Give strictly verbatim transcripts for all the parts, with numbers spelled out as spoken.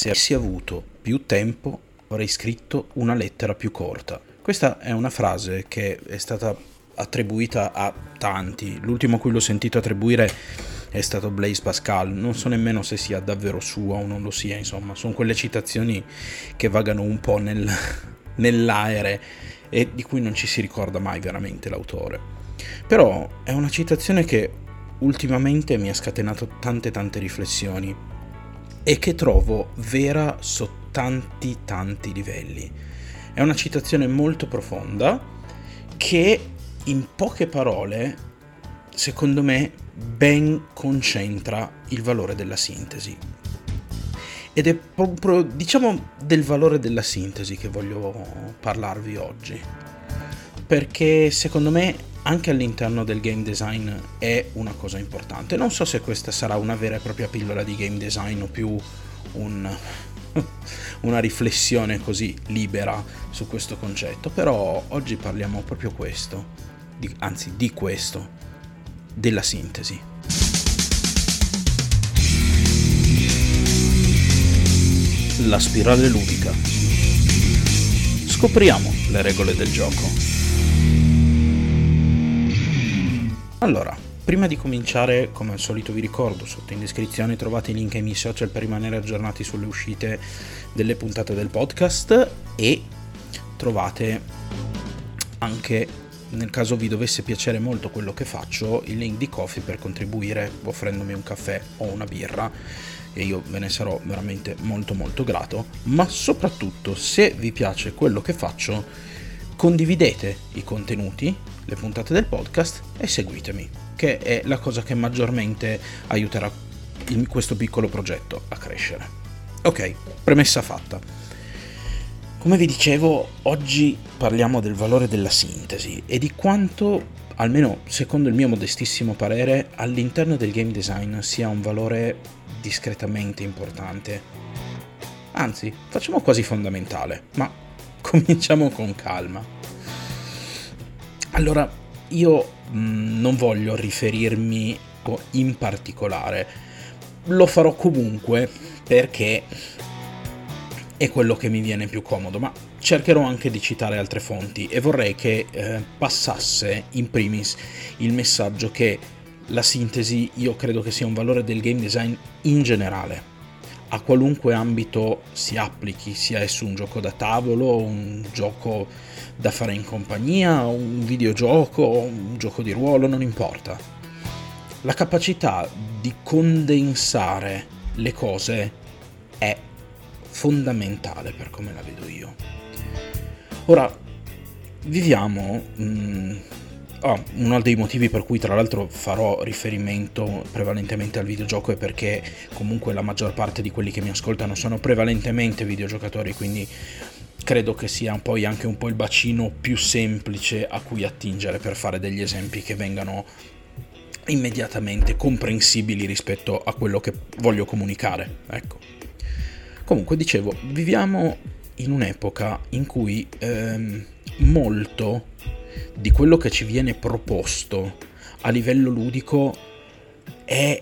Se avessi avuto più tempo avrei scritto una lettera più corta. Questa è una frase che è stata attribuita a tanti. L'ultimo a cui l'ho sentito attribuire è stato Blaise Pascal. Non so nemmeno se sia davvero sua o non lo sia, insomma. Sono quelle citazioni che vagano un po' nel, nell'aere e di cui non ci si ricorda mai veramente l'autore. Però è una citazione che ultimamente mi ha scatenato tante tante riflessioni e che trovo vera su tanti tanti livelli. È una citazione molto profonda che in poche parole, secondo me, ben concentra il valore della sintesi. Ed è proprio, diciamo, del valore della sintesi che voglio parlarvi oggi. Perché secondo me anche all'interno del game design è una cosa importante. Non so se questa sarà una vera e propria pillola di game design o più un, una riflessione così libera su questo concetto, però oggi parliamo proprio questo, di, anzi di questo, della sintesi. La spirale ludica. Scopriamo le regole del gioco. Allora, prima di cominciare, come al solito vi ricordo, sotto in descrizione trovate i link ai miei social per rimanere aggiornati sulle uscite delle puntate del podcast e trovate anche, nel caso vi dovesse piacere molto quello che faccio, il link di Ko-fi per contribuire offrendomi un caffè o una birra e io ve ne sarò veramente molto molto grato. Ma soprattutto, se vi piace quello che faccio, condividete i contenuti, le puntate del podcast e seguitemi, che è la cosa che maggiormente aiuterà il, questo piccolo progetto a crescere. Ok, premessa fatta. Come vi dicevo, oggi parliamo del valore della sintesi e di quanto, almeno secondo il mio modestissimo parere, all'interno del game design sia un valore discretamente importante. Anzi, facciamo quasi fondamentale, ma cominciamo con calma. Allora, io mh, non voglio riferirmi in particolare, lo farò comunque perché è quello che mi viene più comodo, ma cercherò anche di citare altre fonti e vorrei che eh, passasse in primis il messaggio che la sintesi io credo che sia un valore del game design in generale, a qualunque ambito si applichi, sia esso un gioco da tavolo, un gioco da fare in compagnia, un videogioco, un gioco di ruolo, non importa. La capacità di condensare le cose è fondamentale per come la vedo io. Ora, viviamo... Mh, Oh, uno dei motivi per cui tra l'altro farò riferimento prevalentemente al videogioco è perché comunque la maggior parte di quelli che mi ascoltano sono prevalentemente videogiocatori, quindi credo che sia poi anche un po' il bacino più semplice a cui attingere per fare degli esempi che vengano immediatamente comprensibili rispetto a quello che voglio comunicare. Ecco. Comunque dicevo, viviamo in un'epoca in cui ehm, molto di quello che ci viene proposto a livello ludico è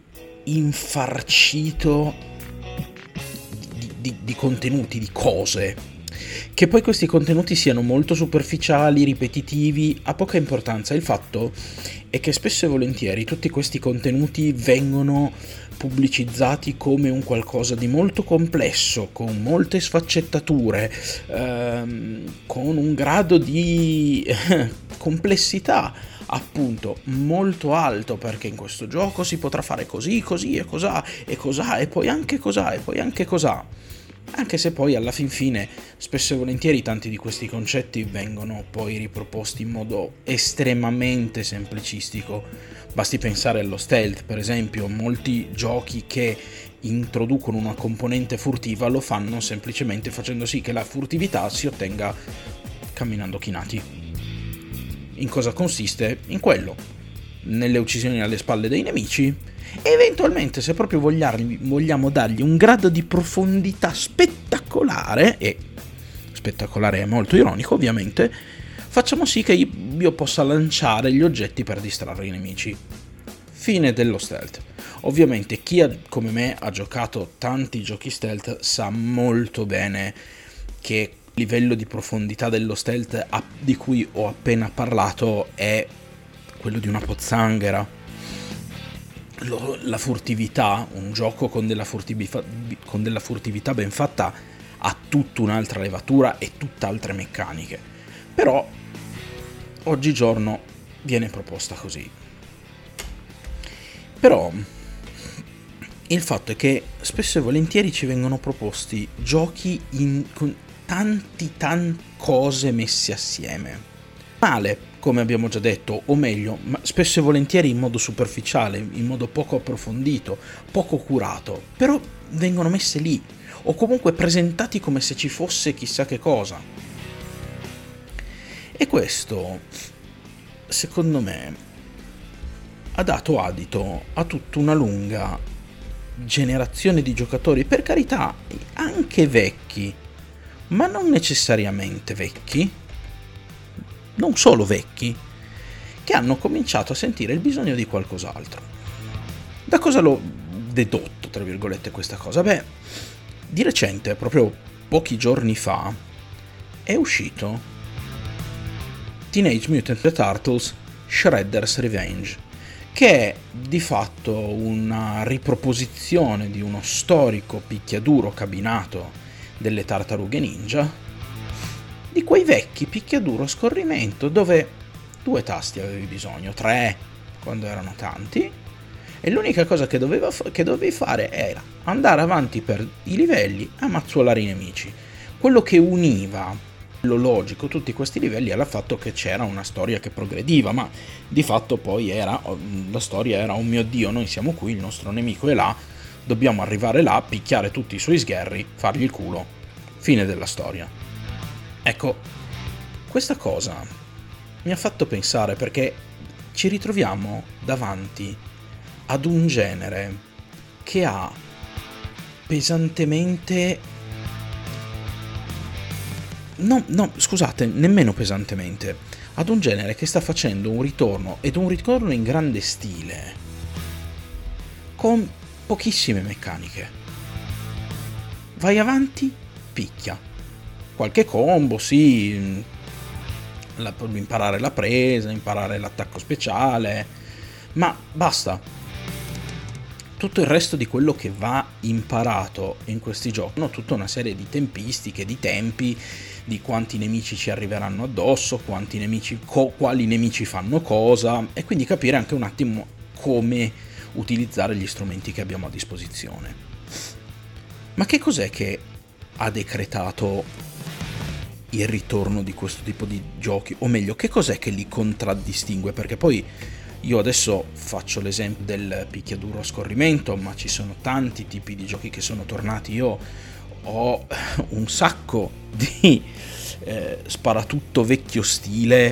infarcito di, di, di contenuti, di cose. Che poi questi contenuti siano molto superficiali, ripetitivi, ha poca importanza. Il fatto è che spesso e volentieri tutti questi contenuti vengono pubblicizzati come un qualcosa di molto complesso, con molte sfaccettature, ehm, con un grado di complessità appunto molto alto, perché in questo gioco si potrà fare così, così e cos'ha e cos'ha e poi anche cos'ha e poi anche cos'ha. Anche se poi alla fin fine spesso e volentieri tanti di questi concetti vengono poi riproposti in modo estremamente semplicistico. Basti pensare allo stealth, per esempio. Molti giochi che introducono una componente furtiva lo fanno semplicemente facendo sì che la furtività si ottenga camminando chinati. In cosa consiste? In quello: nelle uccisioni alle spalle dei nemici. E eventualmente, se proprio vogliargli, vogliamo dargli un grado di profondità spettacolare, e spettacolare è molto ironico ovviamente, facciamo sì che io possa lanciare gli oggetti per distrarre i nemici. Fine dello stealth. Ovviamente chi ha, come me ha giocato tanti giochi stealth sa molto bene che il livello di profondità dello stealth a, di cui ho appena parlato è quello di una pozzanghera. Lo, la furtività, un gioco con della, furtività, con della furtività ben fatta ha tutta un'altra levatura e tutt'altre meccaniche, però oggigiorno viene proposta così. Però il fatto è che spesso e volentieri ci vengono proposti giochi in, con tanti tanti cose messe assieme male, come abbiamo già detto, o meglio, ma spesso e volentieri in modo superficiale, in modo poco approfondito, poco curato, però vengono messe lì, o comunque presentati come se ci fosse chissà che cosa. E questo, secondo me, ha dato adito a tutta una lunga generazione di giocatori, per carità, anche vecchi, ma non necessariamente vecchi, non solo vecchi, che hanno cominciato a sentire il bisogno di qualcos'altro. Da cosa l'ho dedotto, tra virgolette, questa cosa? Beh, di recente, proprio pochi giorni fa, è uscito Teenage Mutant Ninja Turtles Shredder's Revenge, che è di fatto una riproposizione di uno storico picchiaduro cabinato delle tartarughe ninja, di quei vecchi picchiaduro a scorrimento dove due tasti avevi bisogno, tre quando erano tanti, e l'unica cosa che, doveva fa- che dovevi fare era andare avanti per i livelli a mazzuolare i nemici. Quello che univa, lo logico, tutti questi livelli era il fatto che c'era una storia che progrediva, ma di fatto poi era la storia era: oh mio Dio, noi siamo qui, il nostro nemico è là, dobbiamo arrivare là, picchiare tutti i suoi sgherri, fargli il culo, fine della storia. Ecco, questa cosa mi ha fatto pensare, perché ci ritroviamo davanti ad un genere che ha pesantemente... No, no, scusate, nemmeno pesantemente. Ad un genere che sta facendo un ritorno, ed un ritorno in grande stile, con pochissime meccaniche. Vai avanti, picchia. Qualche combo, sì, la, imparare la presa, imparare l'attacco speciale, ma basta. Tutto il resto di quello che va imparato in questi giochi, no, tutta una serie di tempistiche, di tempi, di quanti nemici ci arriveranno addosso, quanti nemici, co- quali nemici fanno cosa, e quindi capire anche un attimo come utilizzare gli strumenti che abbiamo a disposizione. Ma che cos'è che ha decretato il ritorno di questo tipo di giochi? O meglio, che cos'è che li contraddistingue? Perché poi io adesso faccio l'esempio del picchiaduro a scorrimento, ma ci sono tanti tipi di giochi che sono tornati. Io ho un sacco di eh, sparatutto vecchio stile,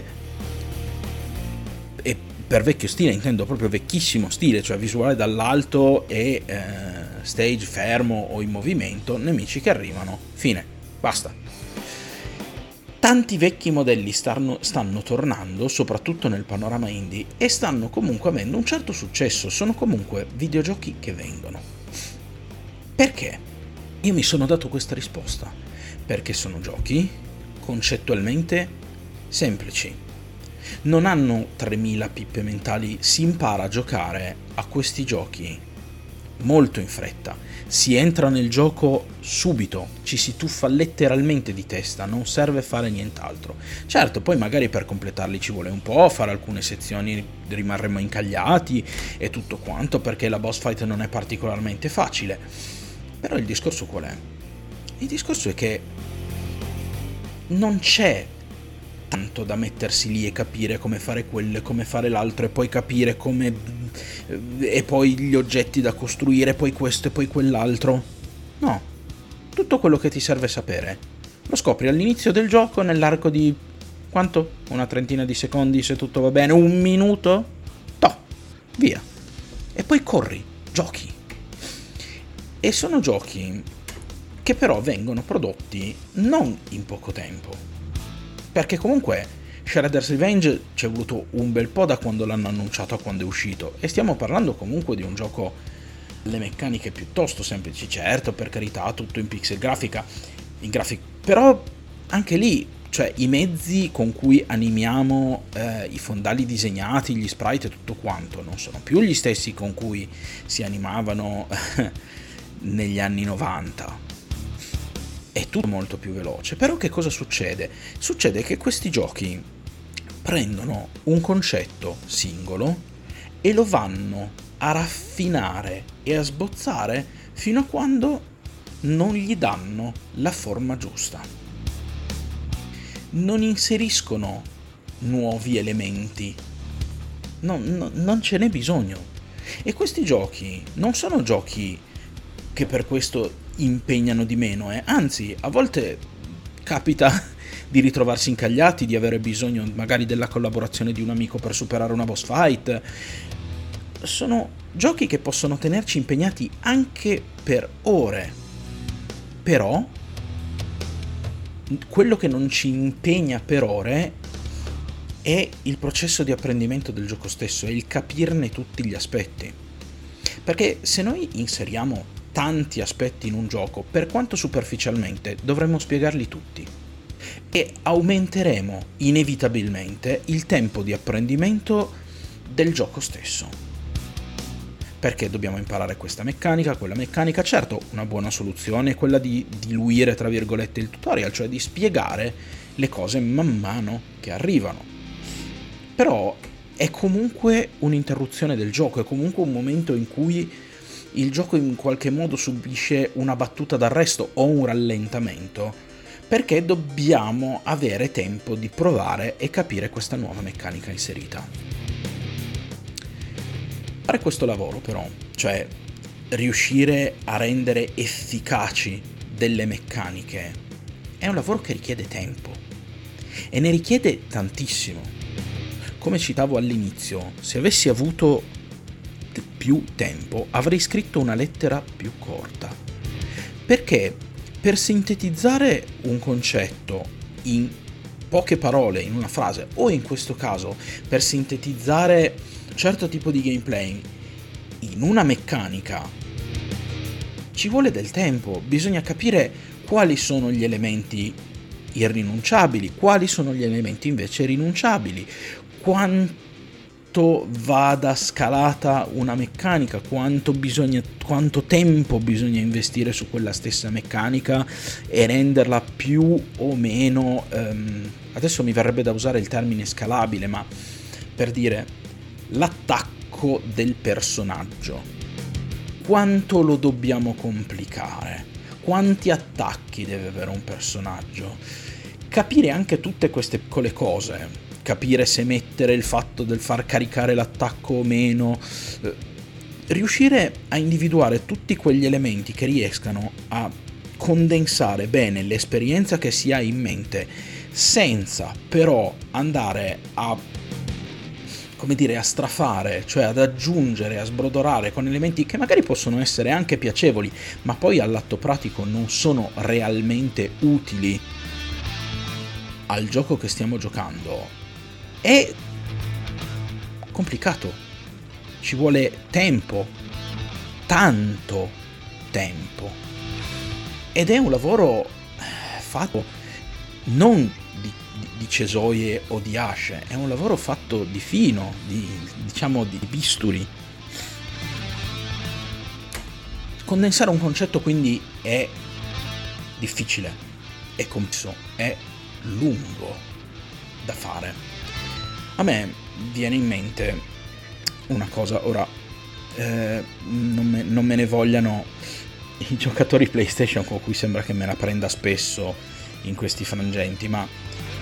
e per vecchio stile intendo proprio vecchissimo stile, cioè visuale dall'alto e eh, stage fermo o in movimento, nemici che arrivano, fine, basta. Tanti vecchi modelli stanno, stanno tornando, soprattutto nel panorama indie, e stanno comunque avendo un certo successo, sono comunque videogiochi che vendono. Perché? Io mi sono dato questa risposta, perché sono giochi concettualmente semplici. Non hanno tremila pippe mentali, si impara a giocare a questi giochi molto in fretta, si entra nel gioco subito, ci si tuffa letteralmente di testa, non serve fare nient'altro. Certo, poi magari per completarli ci vuole un po', fare alcune sezioni rimarremo incagliati e tutto quanto, perché la boss fight non è particolarmente facile. Però il discorso qual è? Il discorso è che non c'è tanto da mettersi lì e capire come fare quello e come fare l'altro, e poi capire come... e poi gli oggetti da costruire, poi questo e poi quell'altro. No, tutto quello che ti serve sapere lo scopri all'inizio del gioco, nell'arco di... quanto? Una trentina di secondi se tutto va bene, un minuto? No, via. E poi corri, giochi. E sono giochi che però vengono prodotti non in poco tempo, perché comunque Shredder's Revenge ci è voluto un bel po' da quando l'hanno annunciato a quando è uscito, e stiamo parlando comunque di un gioco le meccaniche piuttosto semplici, certo, per carità, tutto in pixel grafica, in grafica, però anche lì, cioè i mezzi con cui animiamo eh, i fondali disegnati, gli sprite e tutto quanto, non sono più gli stessi con cui si animavano negli anni novanta. È tutto molto più veloce, però che cosa succede? Succede che questi giochi prendono un concetto singolo e lo vanno a raffinare e a sbozzare fino a quando non gli danno la forma giusta. Non inseriscono nuovi elementi, no, no, non ce n'è bisogno. E questi giochi non sono giochi che per questo impegnano di meno, eh. Anzi, a volte capita di ritrovarsi incagliati, di avere bisogno magari della collaborazione di un amico per superare una boss fight. Sono giochi che possono tenerci impegnati anche per ore, però quello che non ci impegna per ore è il processo di apprendimento del gioco stesso, è il capirne tutti gli aspetti. Perché se noi inseriamo tanti aspetti in un gioco, per quanto superficialmente, dovremmo spiegarli tutti e aumenteremo inevitabilmente il tempo di apprendimento del gioco stesso. Perché dobbiamo imparare questa meccanica, quella meccanica. Certo, una buona soluzione è quella di diluire, tra virgolette, il tutorial, cioè di spiegare le cose man mano che arrivano. Però è comunque un'interruzione del gioco, è comunque un momento in cui il gioco in qualche modo subisce una battuta d'arresto o un rallentamento, perché dobbiamo avere tempo di provare e capire questa nuova meccanica inserita. Fare questo lavoro però, cioè riuscire a rendere efficaci delle meccaniche, è un lavoro che richiede tempo e ne richiede tantissimo. Come citavo all'inizio, se avessi avuto più tempo avrei scritto una lettera più corta, perché per sintetizzare un concetto in poche parole, in una frase, o in questo caso per sintetizzare certo tipo di gameplay in una meccanica, ci vuole del tempo, bisogna capire quali sono gli elementi irrinunciabili, quali sono gli elementi invece rinunciabili, quanto vada scalata una meccanica, quanto bisogna, quanto tempo bisogna investire su quella stessa meccanica e renderla più o meno, um, adesso mi verrebbe da usare il termine scalabile, ma per dire l'attacco del personaggio, quanto lo dobbiamo complicare, quanti attacchi deve avere un personaggio, capire anche tutte queste piccole cose, capire se mettere il fatto del far caricare l'attacco o meno, riuscire a individuare tutti quegli elementi che riescano a condensare bene l'esperienza che si ha in mente, senza però andare a come dire, a strafare, cioè ad aggiungere, a sbrodorare con elementi che magari possono essere anche piacevoli, ma poi all'atto pratico non sono realmente utili al gioco che stiamo giocando, è complicato. Ci vuole tempo, tanto tempo. Ed è un lavoro fatto non di di cesoie o di asce, è un lavoro fatto di fino, di, diciamo di bisturi. Condensare un concetto quindi è difficile, è complesso, è lungo da fare. A me viene in mente una cosa, ora eh, non, me, non me ne vogliano i giocatori PlayStation con cui sembra che me la prenda spesso in questi frangenti, ma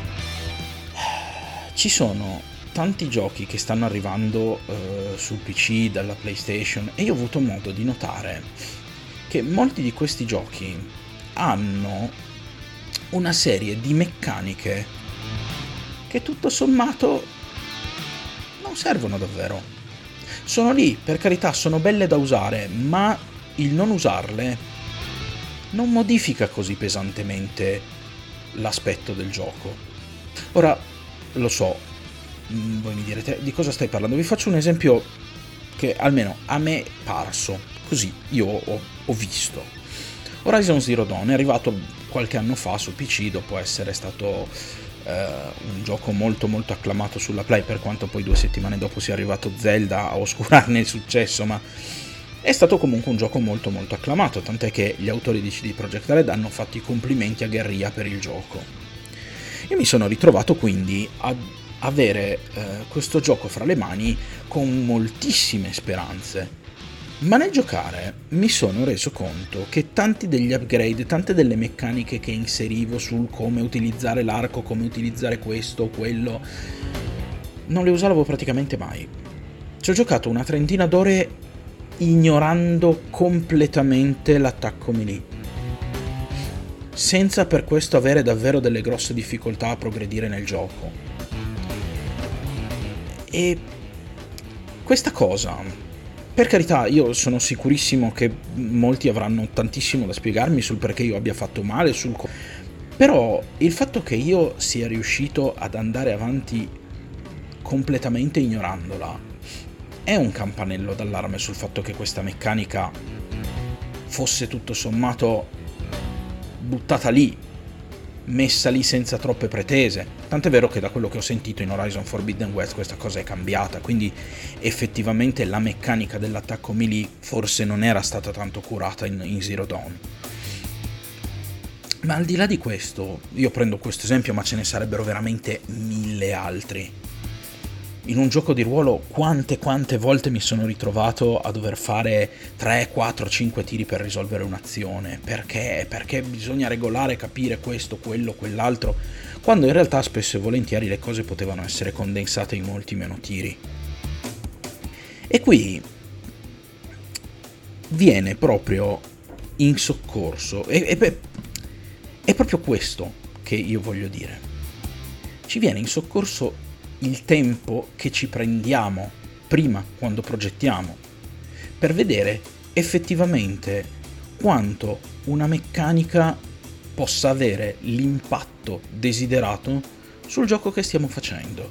ci sono tanti giochi che stanno arrivando eh, sul P C dalla PlayStation e io ho avuto modo di notare che molti di questi giochi hanno una serie di meccaniche che tutto sommato non servono davvero. Sono lì, per carità, sono belle da usare, ma il non usarle non modifica così pesantemente l'aspetto del gioco. Ora, lo so, voi mi direte di cosa stai parlando. Vi faccio un esempio che almeno a me è parso così io ho, ho visto. Horizon Zero Dawn è arrivato qualche anno fa su P C dopo essere stato eh, un gioco molto molto acclamato sulla Play, per quanto poi due settimane dopo sia arrivato Zelda a oscurarne il successo, ma è stato comunque un gioco molto molto acclamato, tant'è che gli autori di C D Projekt Red hanno fatto i complimenti a Guerrilla per il gioco. Io mi sono ritrovato quindi a avere eh, questo gioco fra le mani con moltissime speranze, ma nel giocare mi sono reso conto che tanti degli upgrade, tante delle meccaniche che inserivo sul come utilizzare l'arco, come utilizzare questo o quello, non le usavo praticamente mai. Ci ho giocato una trentina d'ore ignorando completamente l'attacco melee, senza per questo avere davvero delle grosse difficoltà a progredire nel gioco. E questa cosa, per carità, io sono sicurissimo che molti avranno tantissimo da spiegarmi sul perché io abbia fatto male, sul co- però il fatto che io sia riuscito ad andare avanti completamente ignorandola è un campanello d'allarme sul fatto che questa meccanica fosse tutto sommato buttata lì, messa lì senza troppe pretese. Tant'è vero che da quello che ho sentito in Horizon Forbidden West questa cosa è cambiata, quindi effettivamente la meccanica dell'attacco melee forse non era stata tanto curata in, in Zero Dawn. Ma al di là di questo, io prendo questo esempio, ma ce ne sarebbero veramente mille altri. In un gioco di ruolo quante quante volte mi sono ritrovato a dover fare tre, quattro, cinque tiri per risolvere un'azione. Perché? Perché bisogna regolare, capire questo, quello, quell'altro, quando in realtà spesso e volentieri le cose potevano essere condensate in molti meno tiri. E qui viene proprio in soccorso, e, e beh, è proprio questo che io voglio dire. Ci viene in soccorso il tempo che ci prendiamo prima quando progettiamo per vedere effettivamente quanto una meccanica possa avere l'impatto desiderato sul gioco che stiamo facendo.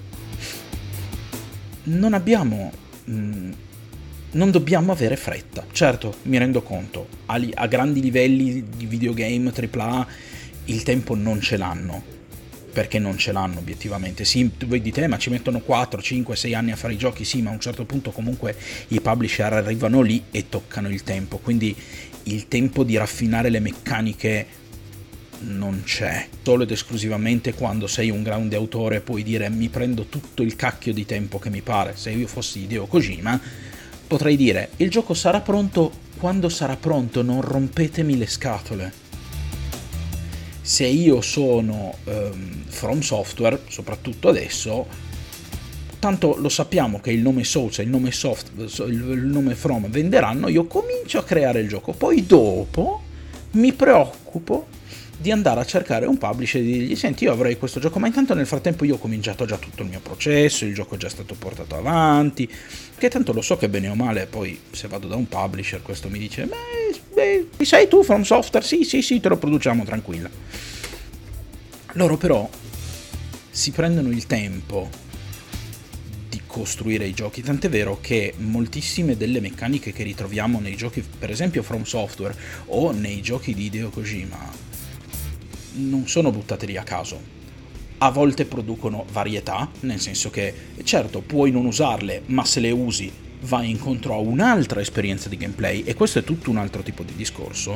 Non abbiamo mh, non dobbiamo avere fretta. Certo, mi rendo conto, a, li, a grandi livelli di videogame tripla A il tempo non ce l'hanno, perché non ce l'hanno obiettivamente. Sì, voi dite, ma ci mettono quattro, cinque, sei anni a fare i giochi, sì, ma a un certo punto comunque i publisher arrivano lì e toccano il tempo, quindi il tempo di raffinare le meccaniche non c'è. Solo ed esclusivamente quando sei un grande autore puoi dire mi prendo tutto il cacchio di tempo che mi pare. Se io fossi Hideo Kojima potrei dire il gioco sarà pronto quando sarà pronto, non rompetemi le scatole. Se io sono um, From Software, soprattutto adesso, tanto lo sappiamo che il nome Souls e il nome Soft, il nome From venderanno, io comincio a creare il gioco, poi dopo mi preoccupo di andare a cercare un publisher e di dirgli senti, io avrei questo gioco, ma intanto nel frattempo io ho cominciato già tutto il mio processo, il gioco è già stato portato avanti, che tanto lo so che bene o male poi se vado da un publisher questo mi dice beh, beh chi sei tu From Software? Sì sì sì te lo produciamo, tranquilla. Loro però si prendono il tempo di costruire i giochi, tant'è vero che moltissime delle meccaniche che ritroviamo nei giochi per esempio From Software o nei giochi di Hideo Kojima non sono buttate lì a caso. A volte producono varietà, nel senso che certo puoi non usarle, ma se le usi vai incontro a un'altra esperienza di gameplay, e questo è tutto un altro tipo di discorso.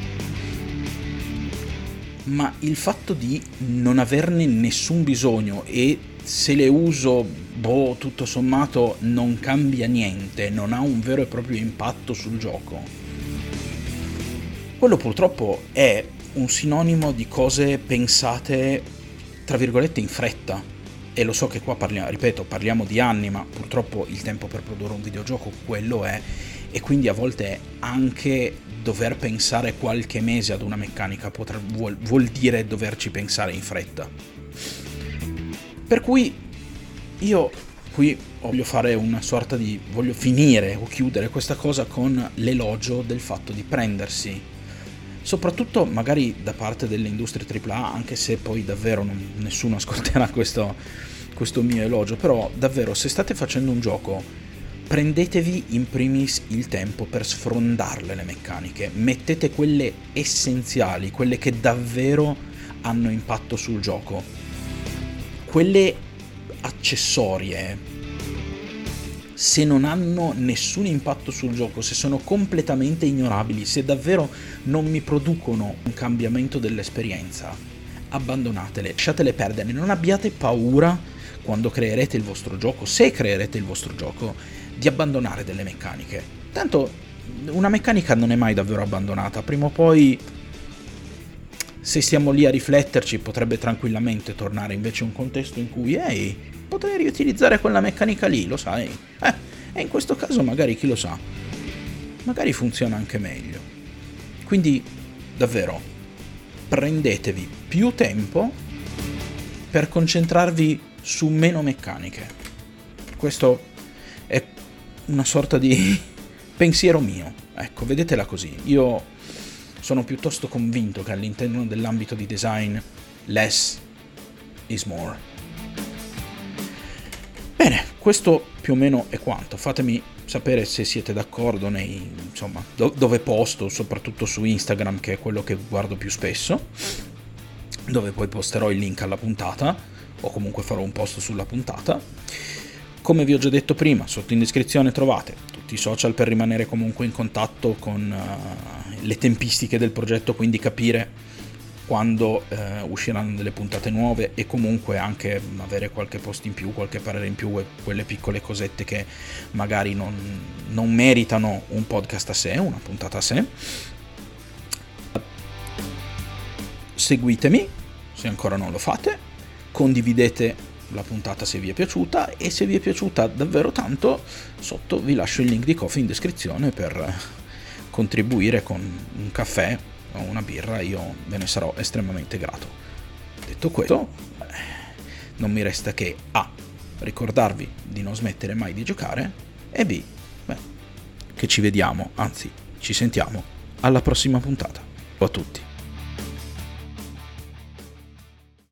Ma il fatto di non averne nessun bisogno e se le uso, boh, tutto sommato non cambia niente, non ha un vero e proprio impatto sul gioco, quello purtroppo è un sinonimo di cose pensate tra virgolette in fretta. E lo so che qua parliamo, ripeto, parliamo di anni, ma purtroppo il tempo per produrre un videogioco quello è, e quindi a volte anche dover pensare qualche mese ad una meccanica potrà, vuol, vuol dire doverci pensare in fretta. Per cui io qui voglio fare una sorta di voglio finire o chiudere questa cosa con l'elogio del fatto di prendersi, soprattutto magari da parte delle industrie tripla A, anche se poi davvero non, nessuno ascolterà questo, questo mio elogio, però davvero se state facendo un gioco prendetevi in primis il tempo per sfrondarle le meccaniche, mettete quelle essenziali, quelle che davvero hanno impatto sul gioco. Quelle accessorie, se non hanno nessun impatto sul gioco, se sono completamente ignorabili, se davvero non mi producono un cambiamento dell'esperienza, abbandonatele, lasciatele perdere, non abbiate paura quando creerete il vostro gioco, se creerete il vostro gioco, di abbandonare delle meccaniche. Tanto una meccanica non è mai davvero abbandonata, prima o poi, se stiamo lì a rifletterci, potrebbe tranquillamente tornare invece un contesto in cui, ehi, potrei riutilizzare quella meccanica lì, lo sai? Eh, e in questo caso magari, chi lo sa, magari funziona anche meglio. Quindi, davvero, prendetevi più tempo per concentrarvi su meno meccaniche. Questo è una sorta di pensiero mio, ecco, vedetela così. Io sono piuttosto convinto che all'interno dell'ambito di design less is more. Bene, questo più o meno è quanto. Fatemi sapere se siete d'accordo nei, insomma, do- dove posto, soprattutto su Instagram, che è quello che guardo più spesso, dove poi posterò il link alla puntata, o comunque farò un post sulla puntata. Come vi ho già detto prima, sotto in descrizione trovate tutti i social per rimanere comunque in contatto con uh, le tempistiche del progetto, quindi capire quando uh, usciranno delle puntate nuove e comunque anche avere qualche post in più, qualche parere in più, e quelle piccole cosette che magari non, non meritano un podcast a sé, una puntata a sé. Seguitemi se ancora non lo fate, condividete la puntata se vi è piaciuta, e se vi è piaciuta davvero tanto, sotto vi lascio il link di Ko-fi in descrizione per contribuire con un caffè o una birra, io ve ne sarò estremamente grato. Detto questo, non mi resta che A, ricordarvi di non smettere mai di giocare, e B, beh, che ci vediamo, anzi ci sentiamo alla prossima puntata. Ciao a tutti.